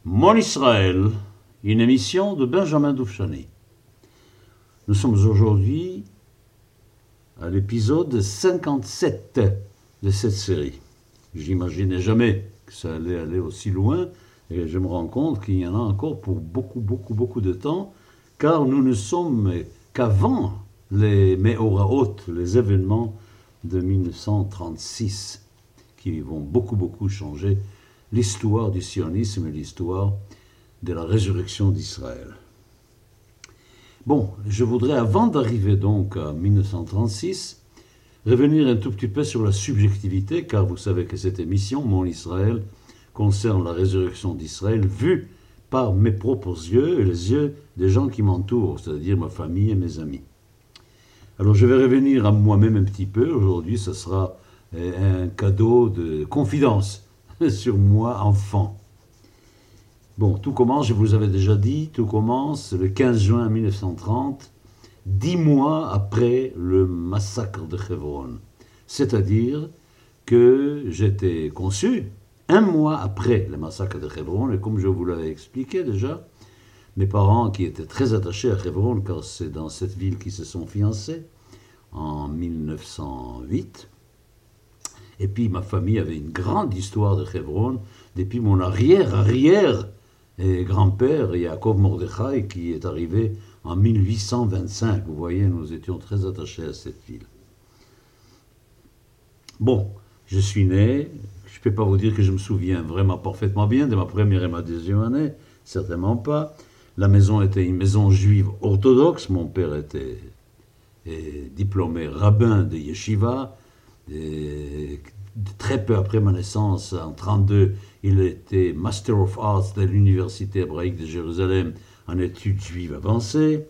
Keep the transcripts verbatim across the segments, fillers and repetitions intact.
Mon Israël, une émission de Benjamin Doufchani. Nous sommes aujourd'hui à l'épisode cinquante-sept de cette série. J'imaginais jamais que ça allait aller aussi loin et je me rends compte qu'il y en a encore pour beaucoup, beaucoup, beaucoup de temps, car nous ne sommes qu'avant les Meoraot, les événements de mille neuf cent trente-six, qui vont beaucoup, beaucoup changer l'histoire du sionisme et l'histoire de la résurrection d'Israël. Bon, je voudrais, avant d'arriver donc à mille neuf cent trente-six, revenir un tout petit peu sur la subjectivité, car vous savez que cette émission, Mon Israël, concerne la résurrection d'Israël vue par mes propres yeux et les yeux des gens qui m'entourent, c'est-à-dire ma famille et mes amis. Alors je vais revenir à moi-même un petit peu. Aujourd'hui, ce sera un cadeau de confidence sur moi, enfant. Bon, tout commence, je vous avais déjà dit, tout commence le quinze juin mille neuf cent trente, dix mois après le massacre de Hebron. C'est-à-dire que j'étais conçu un mois après le massacre de Hebron, et comme je vous l'avais expliqué déjà, mes parents qui étaient très attachés à Hebron, car c'est dans cette ville qu'ils se sont fiancés en mille neuf cent huit, et puis ma famille avait une grande histoire de Hebron, depuis mon arrière-arrière et grand-père Yaakov Mordechai qui est arrivé en mille huit cent vingt-cinq. Vous voyez, nous étions très attachés à cette ville. Bon, je suis né, je ne peux pas vous dire que je me souviens vraiment parfaitement bien de ma première et ma deuxième année, certainement pas. La maison était une maison juive orthodoxe, mon père était diplômé rabbin de yeshiva. Et très peu après ma naissance, en mille neuf cent trente-deux, il était Master of Arts de l'Université hébraïque de Jérusalem en études juives avancées.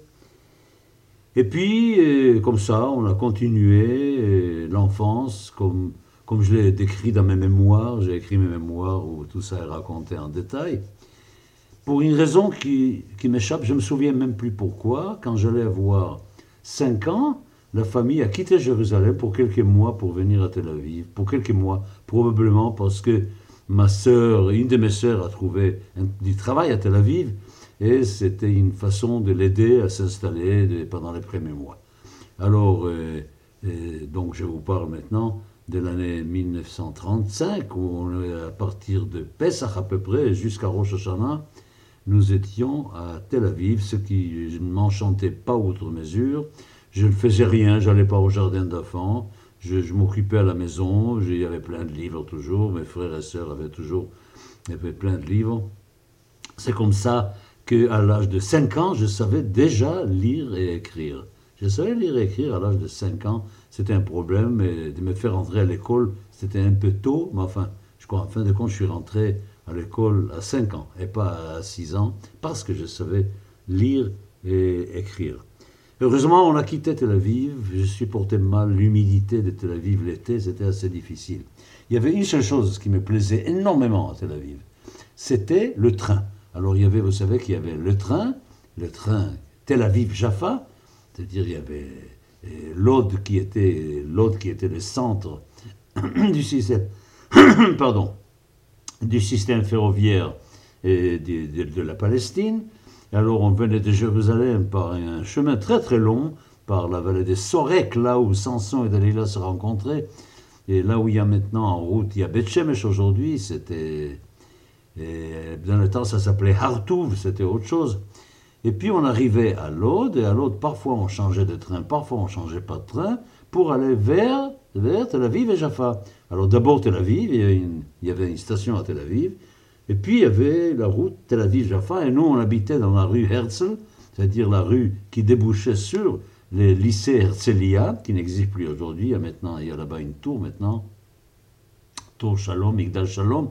Et puis, comme ça, on a continué l'enfance, comme, comme je l'ai décrit dans mes mémoires. J'ai écrit mes mémoires où tout ça est raconté en détail. Pour une raison qui, qui m'échappe, je ne me souviens même plus pourquoi, quand j'allais avoir cinq ans, la famille a quitté Jérusalem pour quelques mois pour venir à Tel Aviv. Pour quelques mois, probablement parce que ma sœur, une de mes sœurs a trouvé un, du travail à Tel Aviv et c'était une façon de l'aider à s'installer de, pendant les premiers mois. Alors, euh, euh, donc je vous parle maintenant de l'année mille neuf cent trente-cinq où on est à partir de Pessah à peu près jusqu'à Rosh Hashanah, nous étions à Tel Aviv, ce qui ne m'enchantait pas outre mesure. Je ne faisais rien, je n'allais pas au jardin d'enfants, je, je m'occupais à la maison, il y avait plein de livres toujours, mes frères et sœurs avaient toujours avaient plein de livres. C'est comme ça qu'à l'âge de cinq ans, je savais déjà lire et écrire. Je savais lire et écrire à l'âge de cinq ans, c'était un problème, et de me faire entrer à l'école, c'était un peu tôt, mais enfin, je crois, en fin de compte, je suis rentré à l'école à cinq ans et pas à six ans, parce que je savais lire et écrire. Heureusement, on a quitté Tel Aviv. Je supportais mal l'humidité de Tel Aviv l'été, c'était assez difficile. Il y avait une seule chose qui me plaisait énormément à Tel Aviv, c'était le train. Alors, il y avait, vous savez qu'il y avait le train, le train Tel Aviv-Jaffa, c'est-à-dire il y avait l'Aude qui était, l'Aude qui était le centre du système, pardon, du système ferroviaire et de, de, de la Palestine. Alors on venait de Jérusalem par un chemin très très long, par la vallée des Sorek, là où Samson et Dalila se rencontraient, et là où il y a maintenant en route, il y a Beth Shemesh aujourd'hui, c'était, et dans le temps ça s'appelait Hartouv, c'était autre chose. Et puis on arrivait à Lod, et à Lod parfois on changeait de train, parfois on changeait pas de train, pour aller vers, vers Tel Aviv et Jaffa. Alors d'abord Tel Aviv, il y avait une, il y avait une station à Tel Aviv, et puis il y avait la route Tel Aviv-Jaffa, et nous on habitait dans la rue Herzl, c'est-à-dire la rue qui débouchait sur les lycées Herzliya, qui n'existe plus aujourd'hui. Il y a maintenant, il y a là-bas une tour maintenant, tour Shalom, Migdal Shalom,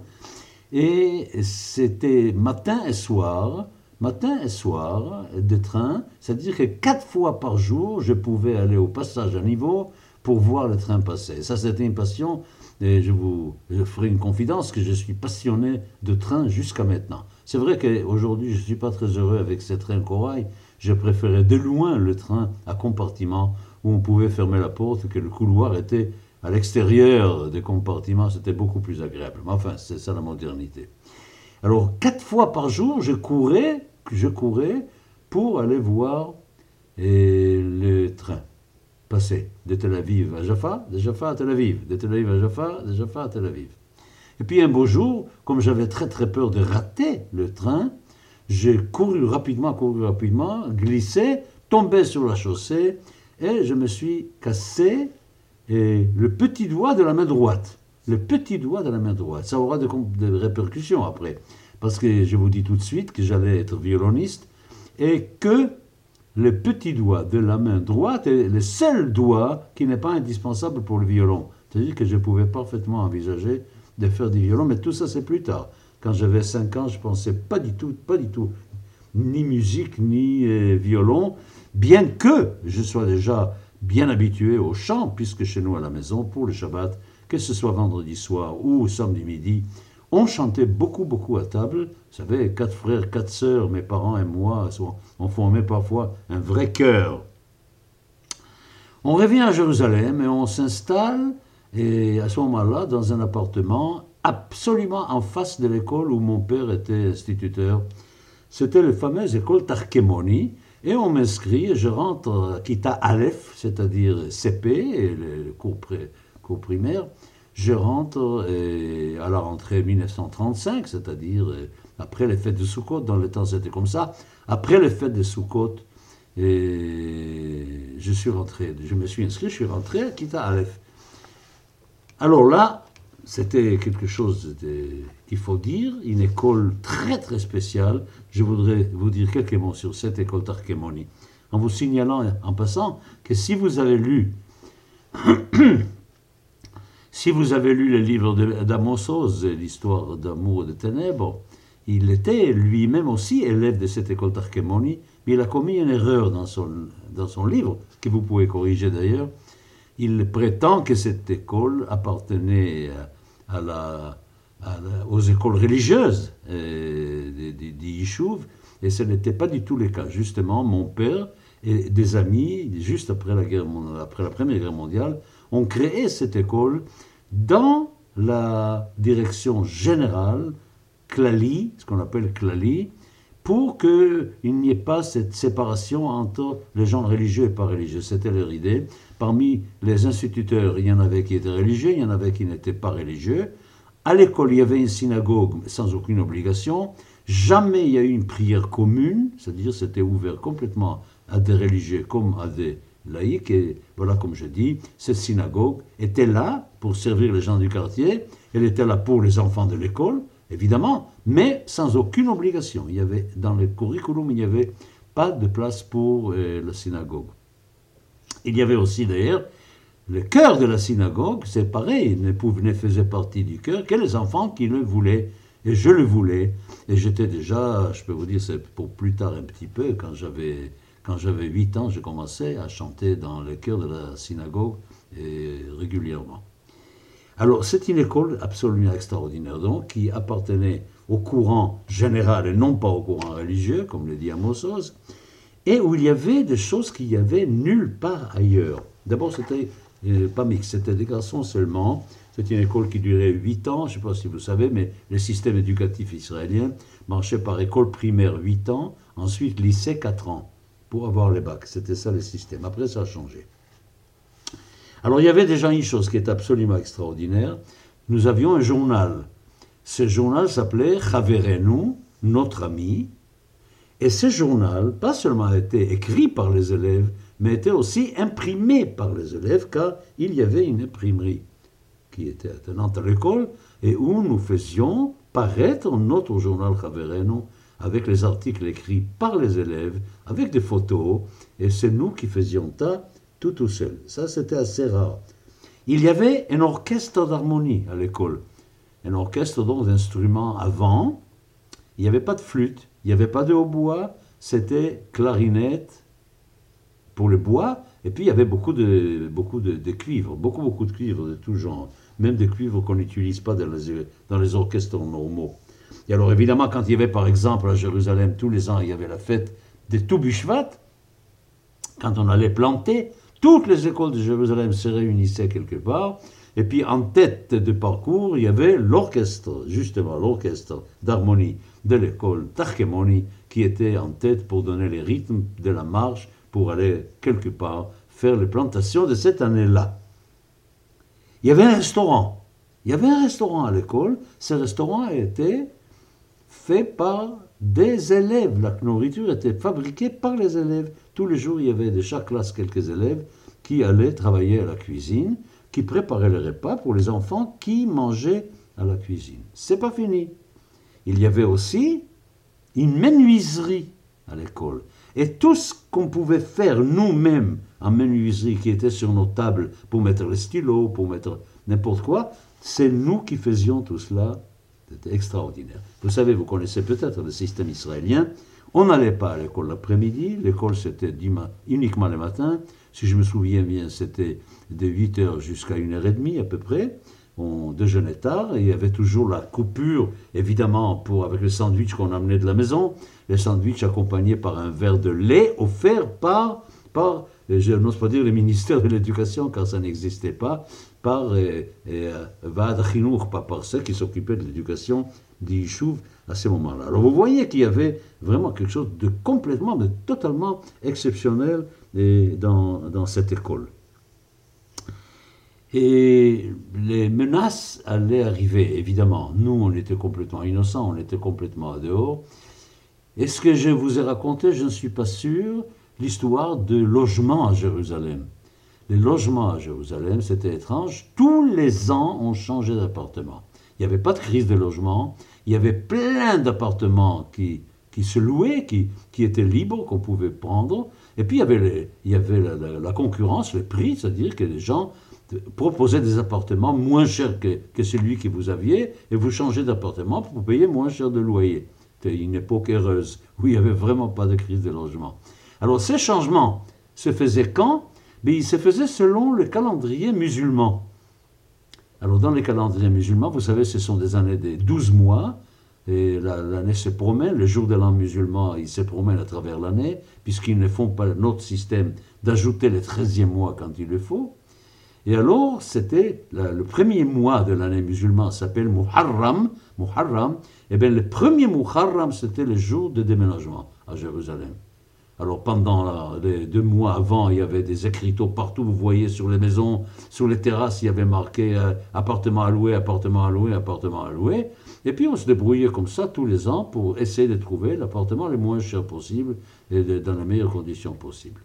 et c'était matin et soir, matin et soir de train, c'est-à-dire que quatre fois par jour, je pouvais aller au passage à niveau pour voir le train passer. Ça, c'était une passion. Et je vous je ferai une confidence que je suis passionné de train jusqu'à maintenant. C'est vrai qu'aujourd'hui, je ne suis pas très heureux avec ces trains corail. Je préférais de loin le train à compartiment où on pouvait fermer la porte, que le couloir était à l'extérieur des compartiments. C'était beaucoup plus agréable. Mais enfin, c'est ça la modernité. Alors, quatre fois par jour, je courais, je courais pour aller voir et, le train passer de Tel Aviv à Jaffa, de Jaffa à Tel Aviv, de Tel Aviv à Jaffa, de Jaffa à Tel Aviv. Et puis un beau jour, comme j'avais très très peur de rater le train, j'ai couru rapidement, couru rapidement, glissé, tombé sur la chaussée et je me suis cassé et le petit doigt de la main droite. Le petit doigt de la main droite. Ça aura des de répercussions après. Parce que je vous dis tout de suite que j'allais être violoniste et que le petit doigt de la main droite est le seul doigt qui n'est pas indispensable pour le violon. C'est-à-dire que je pouvais parfaitement envisager de faire du violon, mais tout ça c'est plus tard. Quand j'avais cinq ans, je ne pensais pas du tout, pas du tout, ni musique, ni euh, violon, bien que je sois déjà bien habitué au chant, puisque chez nous à la maison, pour le Shabbat, que ce soit vendredi soir ou samedi midi, on chantait beaucoup, beaucoup à table. Vous savez, quatre frères, quatre sœurs, mes parents et moi, on formait parfois un vrai chœur. On revient à Jérusalem et on s'installe, et à ce moment-là, dans un appartement absolument en face de l'école où mon père était instituteur. C'était la fameuse école Tarkemoni, et on m'inscrit, et je rentre à Kita Aleph, c'est-à-dire C P, le cours, pré, cours primaire. Je rentre et à la rentrée mille neuf cent trente-cinq, c'est-à-dire après les fêtes de Sukkot, dans le temps c'était comme ça, après les fêtes de Sukkot, et je suis rentré, je me suis inscrit, je suis rentré à Kita Aleph. Alors là, c'était quelque chose qu'il faut dire, une école très très spéciale. Je voudrais vous dire quelques mots sur cette école Tarkemoni, en vous signalant en passant que si vous avez lu si vous avez lu le livre d'Amos Oz, l'histoire d'amour et de ténèbres, il était lui-même aussi élève de cette école Tarkemoni, mais il a commis une erreur dans son, dans son livre, que vous pouvez corriger d'ailleurs. Il prétend que cette école appartenait à la, à la, aux écoles religieuses euh, des, des Yishuv, et ce n'était pas du tout le cas. Justement, mon père et des amis, juste après la, guerre, après la Première Guerre mondiale, ont créé cette école dans la direction générale, Klali, ce qu'on appelle Klali, pour qu'il n'y ait pas cette séparation entre les gens religieux et pas religieux. C'était leur idée. Parmi les instituteurs, il y en avait qui étaient religieux, il y en avait qui n'étaient pas religieux. À l'école, il y avait une synagogue sans aucune obligation. Jamais il y a eu une prière commune, c'est-à-dire c'était ouvert complètement à des religieux comme à des laïcs. Et voilà, comme je dis, cette synagogue était là pour servir les gens du quartier. Elle était là pour les enfants de l'école, évidemment, mais sans aucune obligation. Il y avait, dans le curriculum, il n'y avait pas de place pour euh, la synagogue. Il y avait aussi d'ailleurs le chœur de la synagogue, c'est pareil, ne, pouvait, ne faisait partie du chœur que les enfants qui le voulaient. Et je le voulais. Et j'étais déjà, je peux vous dire, c'est pour plus tard un petit peu, quand j'avais, quand j'avais huit ans, je commençais à chanter dans le chœur de la synagogue et régulièrement. Alors, c'est une école absolument extraordinaire, donc, qui appartenait au courant général et non pas au courant religieux, comme le dit Amos Oz, et où il y avait des choses qu'il n'y avait nulle part ailleurs. D'abord, c'était euh, pas mixte, c'était des garçons seulement. C'est une école qui durait huit ans, je ne sais pas si vous savez, mais le système éducatif israélien marchait par école primaire huit ans, ensuite lycée quatre ans, pour avoir les bacs. C'était ça le système. Après, ça a changé. Alors, il y avait déjà une chose qui est absolument extraordinaire. Nous avions un journal. Ce journal s'appelait Chaverenu, notre ami. Et ce journal, pas seulement a été écrit par les élèves, mais était aussi imprimé par les élèves, car il y avait une imprimerie qui était attenante à l'école, et où nous faisions paraître notre journal Chaverenu, avec les articles écrits par les élèves, avec des photos, et c'est nous qui faisions ça tout tout seul. Ça, c'était assez rare. Il y avait un orchestre d'harmonie à l'école, un orchestre donc d'instruments avant. Il n'y avait pas de flûte, il n'y avait pas de hautbois, c'était clarinette pour le bois, et puis il y avait beaucoup de, beaucoup de, de cuivres, beaucoup, beaucoup de cuivres de tout genre, même des cuivres qu'on n'utilise pas dans les, dans les orchestres normaux. Et alors évidemment, quand il y avait par exemple à Jérusalem, tous les ans, il y avait la fête des Tou B'Shvat, quand on allait planter, toutes les écoles de Jérusalem se réunissaient quelque part, Et puis en tête de parcours, il y avait l'orchestre, justement l'orchestre d'harmonie de l'école Tarkemoni, qui était en tête pour donner les rythmes de la marche pour aller quelque part faire les plantations de cette année-là. Il y avait un restaurant. Il y avait un restaurant à l'école. Ce restaurant était fait par des élèves. La nourriture était fabriquée par les élèves. Tous les jours, il y avait de chaque classe quelques élèves qui allaient travailler à la cuisine, qui préparaient les repas pour les enfants qui mangeaient à la cuisine. C'est pas fini. Il y avait aussi une menuiserie à l'école. Et tout ce qu'on pouvait faire nous-mêmes en menuiserie, qui était sur nos tables pour mettre les stylos, pour mettre n'importe quoi, c'est nous qui faisions tout cela. C'était extraordinaire. Vous savez, vous connaissez peut-être le système israélien. On n'allait pas à l'école l'après-midi. L'école, c'était uniquement le matin. Si je me souviens bien, c'était de huit heures jusqu'à une heure trente à peu près. On déjeunait tard et il y avait toujours la coupure, évidemment, pour, avec le sandwich qu'on amenait de la maison. Le sandwich accompagné par un verre de lait offert par, par je n'ose pas dire le ministère de l'Éducation, car ça n'existait pas, par Vaad Chinour, pas par ceux qui s'occupaient de l'éducation d'Yishuv à ce moment-là. Alors vous voyez qu'il y avait vraiment quelque chose de complètement, de totalement exceptionnel dans, dans cette école. Et les menaces allaient arriver, évidemment. Nous, on était complètement innocents, on était complètement dehors. Et ce que je vous ai raconté, je ne suis pas sûr, l'histoire de logement à Jérusalem. Les logements à Jérusalem, c'était étrange. Tous les ans, on changeait d'appartement. Il n'y avait pas de crise de logement. Il y avait plein d'appartements qui, qui se louaient, qui, qui étaient libres, qu'on pouvait prendre. Et puis, il y avait, les, il y avait la, la, la concurrence, les prix, c'est-à-dire que les gens proposaient des appartements moins chers que, que celui que vous aviez, et vous changez d'appartement pour payer moins cher de loyer. C'était une époque heureuse, où il n'y avait vraiment pas de crise de logement. Alors, ces changements se faisaient quand? Mais ils se faisaient selon le calendrier musulman. Alors, dans les calendriers musulmans, vous savez, ce sont des années de douze mois, et la, l'année se promène, le jour de l'an musulman, il se promène à travers l'année, puisqu'ils ne font pas notre système d'ajouter le treizième mois quand il le faut. Et alors, c'était la, le premier mois de l'année musulmane, s'appelle Muharram. Muharram, et bien le premier Muharram, c'était le jour de déménagement à Jérusalem. Alors pendant la, les deux mois avant, il y avait des écriteaux partout, vous voyez sur les maisons, sur les terrasses, il y avait marqué euh, appartement à louer, appartement à louer, appartement à louer. Et puis on se débrouillait comme ça tous les ans pour essayer de trouver l'appartement le moins cher possible et de, dans les meilleures conditions possibles.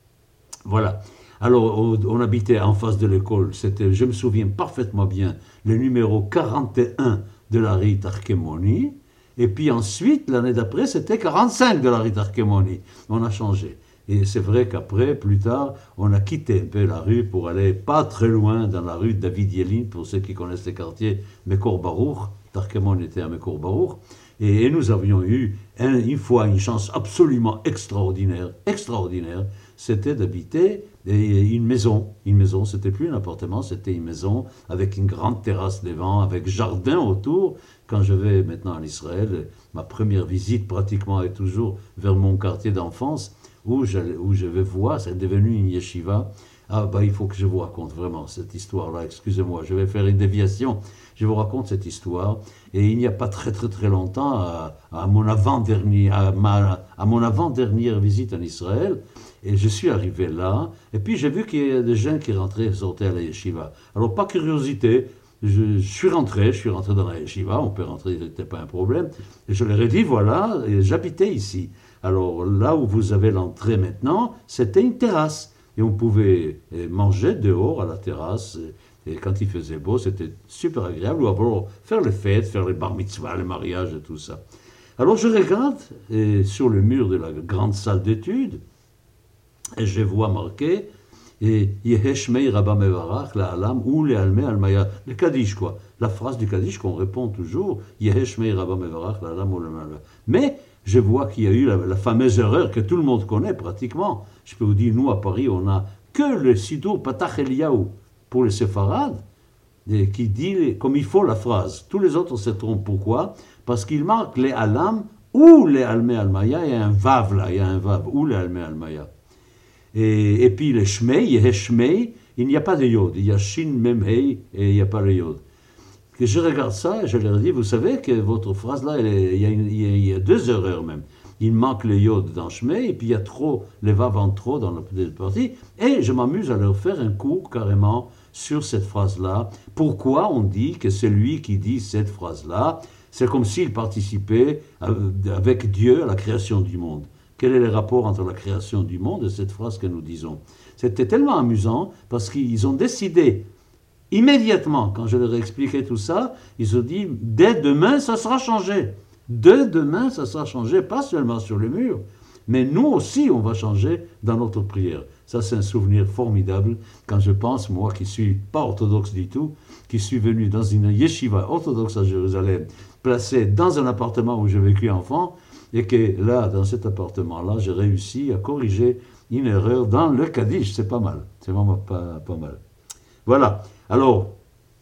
Voilà. Alors, on habitait en face de l'école, c'était, je me souviens parfaitement bien, le numéro quarante et un de la rue Tarkemoni, et puis ensuite, l'année d'après, c'était quarante-cinq de la rue Tarkemoni. On a changé. Et c'est vrai qu'après, plus tard, on a quitté un peu la rue pour aller pas très loin dans la rue David Yelin, pour ceux qui connaissent les quartiers, Mekor Baruch. Tarkemoni était à Mekor Baruch. Et, et nous avions eu un, une fois une chance absolument extraordinaire, extraordinaire, c'était d'habiter une maison. Une maison, c'était plus un appartement, c'était une maison avec une grande terrasse devant, avec jardin autour. Quand je vais maintenant en Israël, ma première visite pratiquement est toujours vers mon quartier d'enfance, où je, où je vais voir, c'est devenu une yeshiva. Ah bah il faut que je vous raconte vraiment cette histoire-là, excusez-moi, je vais faire une déviation. Je vous raconte cette histoire, et il n'y a pas très très très longtemps, à, à mon avant-dernier, à, ma, à mon avant-dernière visite en Israël, et je suis arrivé là, et puis j'ai vu qu'il y a des gens qui rentraient et sortaient à la yeshiva. Alors, pas curiosité, je, je suis rentré, je suis rentré dans la yeshiva, on peut rentrer, c'était pas un problème, et je leur ai dit, voilà, et j'habitais ici. Alors, là où vous avez l'entrée maintenant, c'était une terrasse, et on pouvait manger dehors à la terrasse, et quand il faisait beau, c'était super agréable, ou alors faire les fêtes, faire les bar mitzvahs, les mariages et tout ça. Alors, je regarde, et sur le mur de la grande salle d'études, et je vois marqué Yeheshmei Rabba Mevarach la Alam ou le Alme Almaya, le Kaddish quoi, la phrase du Kaddish qu'on répond toujours Yeheshmei Rabba Mevarach la Alam ou le Almaya. Mais je vois qu'il y a eu la, la fameuse erreur que tout le monde connaît pratiquement. Je peux vous dire, nous à Paris, on n'a que le Sidour Patach Eliyahu pour les séfarades qui dit comme il faut la phrase. Tous les autres se trompent. Pourquoi? Parce qu'il marque les Alam ou les Alme Almaya, il y a un Vav là, il y a un Vav ou les Alme Almaya. Et, et puis le Shmei, Yeheshmei, il n'y a pas de yod. Il y a shin, mem, hei, et il n'y a pas le yod. Et je regarde ça et je leur dis, vous savez que votre phrase-là, il y, il y a deux erreurs même. Il manque le yod dans Shmei, et puis il y a trop, les vav en trop dans la petite partie. Et je m'amuse à leur faire un cours carrément sur cette phrase-là. Pourquoi on dit que celui qui dit cette phrase-là, c'est comme s'il participait avec Dieu à la création du monde. Quel est le rapport entre la création du monde et cette phrase que nous disons? C'était tellement amusant parce qu'ils ont décidé, immédiatement, quand je leur ai expliqué tout ça, ils ont dit, dès demain, ça sera changé. Dès demain, ça sera changé, pas seulement sur le mur, mais nous aussi, on va changer dans notre prière. Ça, c'est un souvenir formidable quand je pense, moi qui suis pas orthodoxe du tout, qui suis venu dans une yeshiva orthodoxe à Jérusalem, placé dans un appartement où j'ai vécu enfant, et que là, dans cet appartement-là, j'ai réussi à corriger une erreur dans le Kaddish. C'est pas mal, c'est vraiment pas, pas mal. Voilà, alors,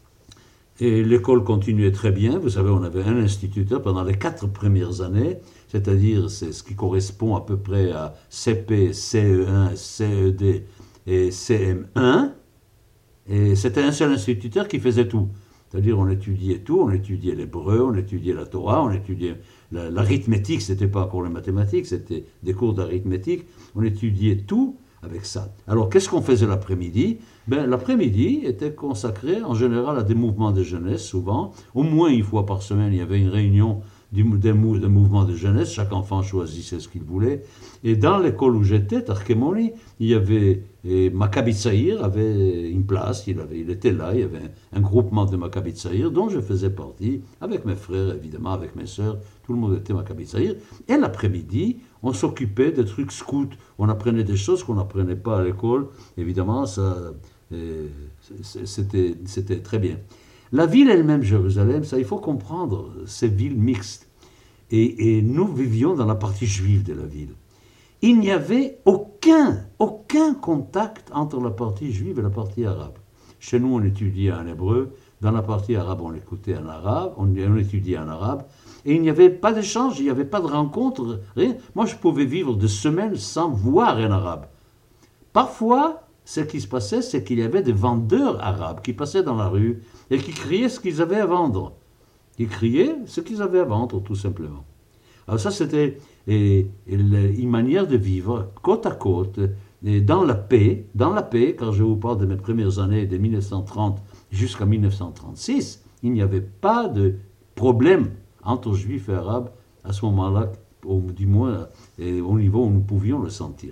et l'école continuait très bien. Vous savez, on avait un instituteur pendant les quatre premières années, c'est-à-dire c'est ce qui correspond à peu près à C P, C E un, C E D et C M un. Et c'était un seul instituteur qui faisait tout. C'est-à-dire on étudiait tout, on étudiait l'hébreu, on étudiait la Torah, on étudiait la, l'arithmétique, ce n'était pas encore les mathématiques, c'était des cours d'arithmétique, on étudiait tout avec ça. Alors qu'est-ce qu'on faisait l'après-midi? Ben, l'après-midi était consacré en général à des mouvements de jeunesse, souvent, au moins une fois par semaine, il y avait une réunion du, des, mou, des mouvements de jeunesse, chaque enfant choisissait ce qu'il voulait. Et dans l'école où j'étais, Tarkemoni, il y avait, et Maccabi Tzaïr avait une place, il, avait, il était là, il y avait un, un groupement de Maccabi Tzaïr dont je faisais partie, avec mes frères évidemment, avec mes sœurs, tout le monde était Maccabi Tzaïr. Et l'après-midi, on s'occupait des trucs scouts, on apprenait des choses qu'on n'apprenait pas à l'école, évidemment, ça, euh, c'était, c'était très bien. La ville elle-même, Jérusalem, ça il faut comprendre, c'est ville mixte. Et, et nous vivions dans la partie juive de la ville. Il n'y avait aucun, aucun contact entre la partie juive et la partie arabe. Chez nous, on étudiait en hébreu, dans la partie arabe, on écoutait en arabe, on, on étudiait en arabe, et il n'y avait pas d'échange, il n'y avait pas de rencontre, rien. Moi, je pouvais vivre des semaines sans voir un arabe. Parfois, ce qui se passait, c'est qu'il y avait des vendeurs arabes qui passaient dans la rue et qui criaient ce qu'ils avaient à vendre. Ils criaient ce qu'ils avaient à vendre, tout simplement. Alors ça, c'était et, et, une manière de vivre côte à côte, et dans la paix, dans la paix, quand je vous parle de mes premières années, de mille neuf cent trente jusqu'à mille neuf cent trente-six, il n'y avait pas de problème entre juifs et arabes à ce moment-là, au, du moins et au niveau où nous pouvions le sentir.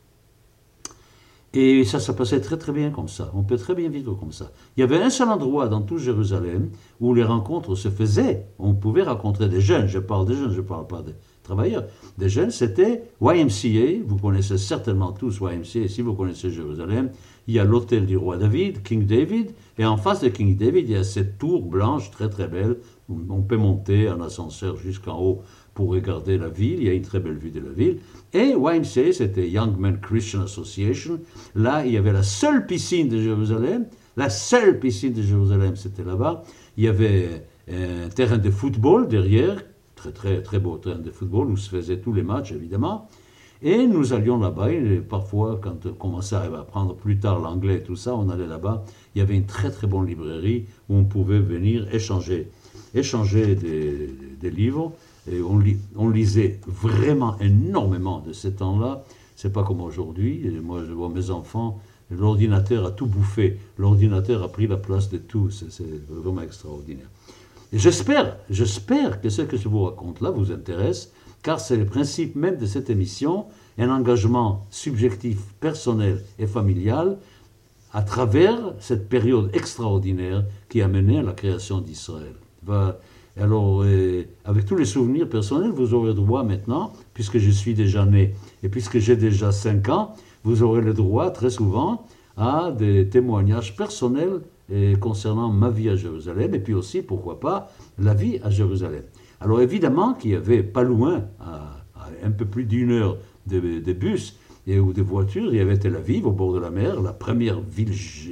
Et ça, ça passait très très bien comme ça. On peut très bien vivre comme ça. Il y avait un seul endroit dans tout Jérusalem où les rencontres se faisaient. On pouvait rencontrer des jeunes. Je parle des jeunes, je ne parle pas des travailleurs. Des jeunes, c'était Y M C A. Vous connaissez certainement tous Y M C A. Si vous connaissez Jérusalem, il y a l'hôtel du roi David, King David. Et en face de King David, il y a cette tour blanche très très belle. On peut monter en ascenseur jusqu'en haut pour regarder la ville, il y a une très belle vue de la ville. Et Y M C A, c'était Young Men Christian Association. Là, il y avait la seule piscine de Jérusalem. La seule piscine de Jérusalem, c'était là-bas. Il y avait un terrain de football derrière, très très très beau terrain de football, où se faisaient tous les matchs, évidemment. Et nous allions là-bas, et parfois, quand on commençait à apprendre plus tard l'anglais et tout ça, on allait là-bas. Il y avait une très très bonne librairie où on pouvait venir échanger, échanger des, des livres. Et on, lit, on lisait vraiment énormément de ces temps-là. C'est pas comme aujourd'hui. Et moi, je vois mes enfants, l'ordinateur a tout bouffé. L'ordinateur a pris la place de tout. C'est, c'est vraiment extraordinaire. Et j'espère, j'espère que ce que je vous raconte là vous intéresse, car c'est le principe même de cette émission, un engagement subjectif, personnel et familial à travers cette période extraordinaire qui a mené à la création d'Israël. Va, Alors, euh, avec tous les souvenirs personnels, vous aurez droit maintenant, puisque je suis déjà né et puisque j'ai déjà cinq ans, vous aurez le droit très souvent à des témoignages personnels euh, concernant ma vie à Jérusalem et puis aussi, pourquoi pas, la vie à Jérusalem. Alors évidemment qu'il y avait pas loin, à, à un peu plus d'une heure de, de bus et, ou de voiture, il y avait Tel Aviv, au bord de la mer, la première ville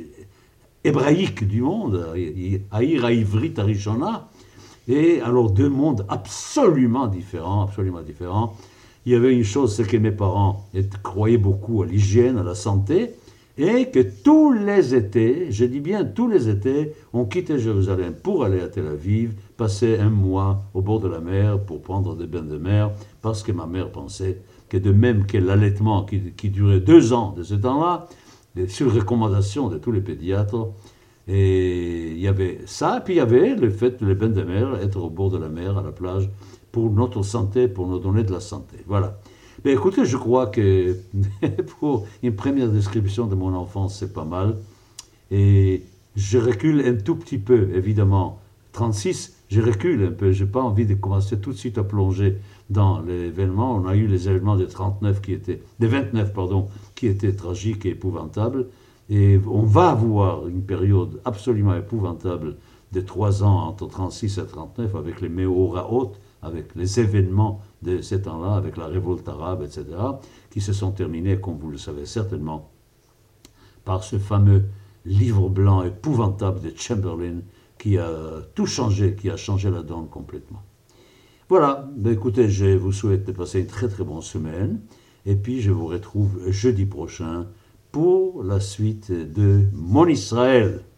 hébraïque du monde, Haïr Haïvrit Arishona. Et alors deux mondes absolument différents, absolument différents. Il y avait une chose, c'est que mes parents croyaient beaucoup à l'hygiène, à la santé, et que tous les étés, je dis bien tous les étés, on quittait Jérusalem pour aller à Tel Aviv, passer un mois au bord de la mer pour prendre des bains de mer, parce que ma mère pensait que de même que l'allaitement qui, qui durait deux ans de ce temps-là, sur recommandation de tous les pédiatres, et il y avait ça, puis il y avait le fait de les bains de mer, être au bord de la mer, à la plage, pour notre santé, pour nous donner de la santé. Voilà. Mais écoutez, je crois que pour une première description de mon enfance, c'est pas mal. Et je recule un tout petit peu, évidemment. trente-six, je recule un peu. Je n'ai pas envie de commencer tout de suite à plonger dans l'événement. On a eu les événements de trente-neuf qui étaient, des vingt-neuf, pardon, qui étaient tragiques et épouvantables. Et on va avoir une période absolument épouvantable de trois ans entre trente-six et trente-neuf avec les Méoraot, avec les événements de ces temps-là, avec la révolte arabe, et cetera, qui se sont terminés, comme vous le savez certainement, par ce fameux livre blanc épouvantable de Chamberlain qui a tout changé, qui a changé la donne complètement. Voilà, ben écoutez, je vous souhaite de passer une très très bonne semaine, et puis je vous retrouve jeudi prochain pour la suite de Mon Israël.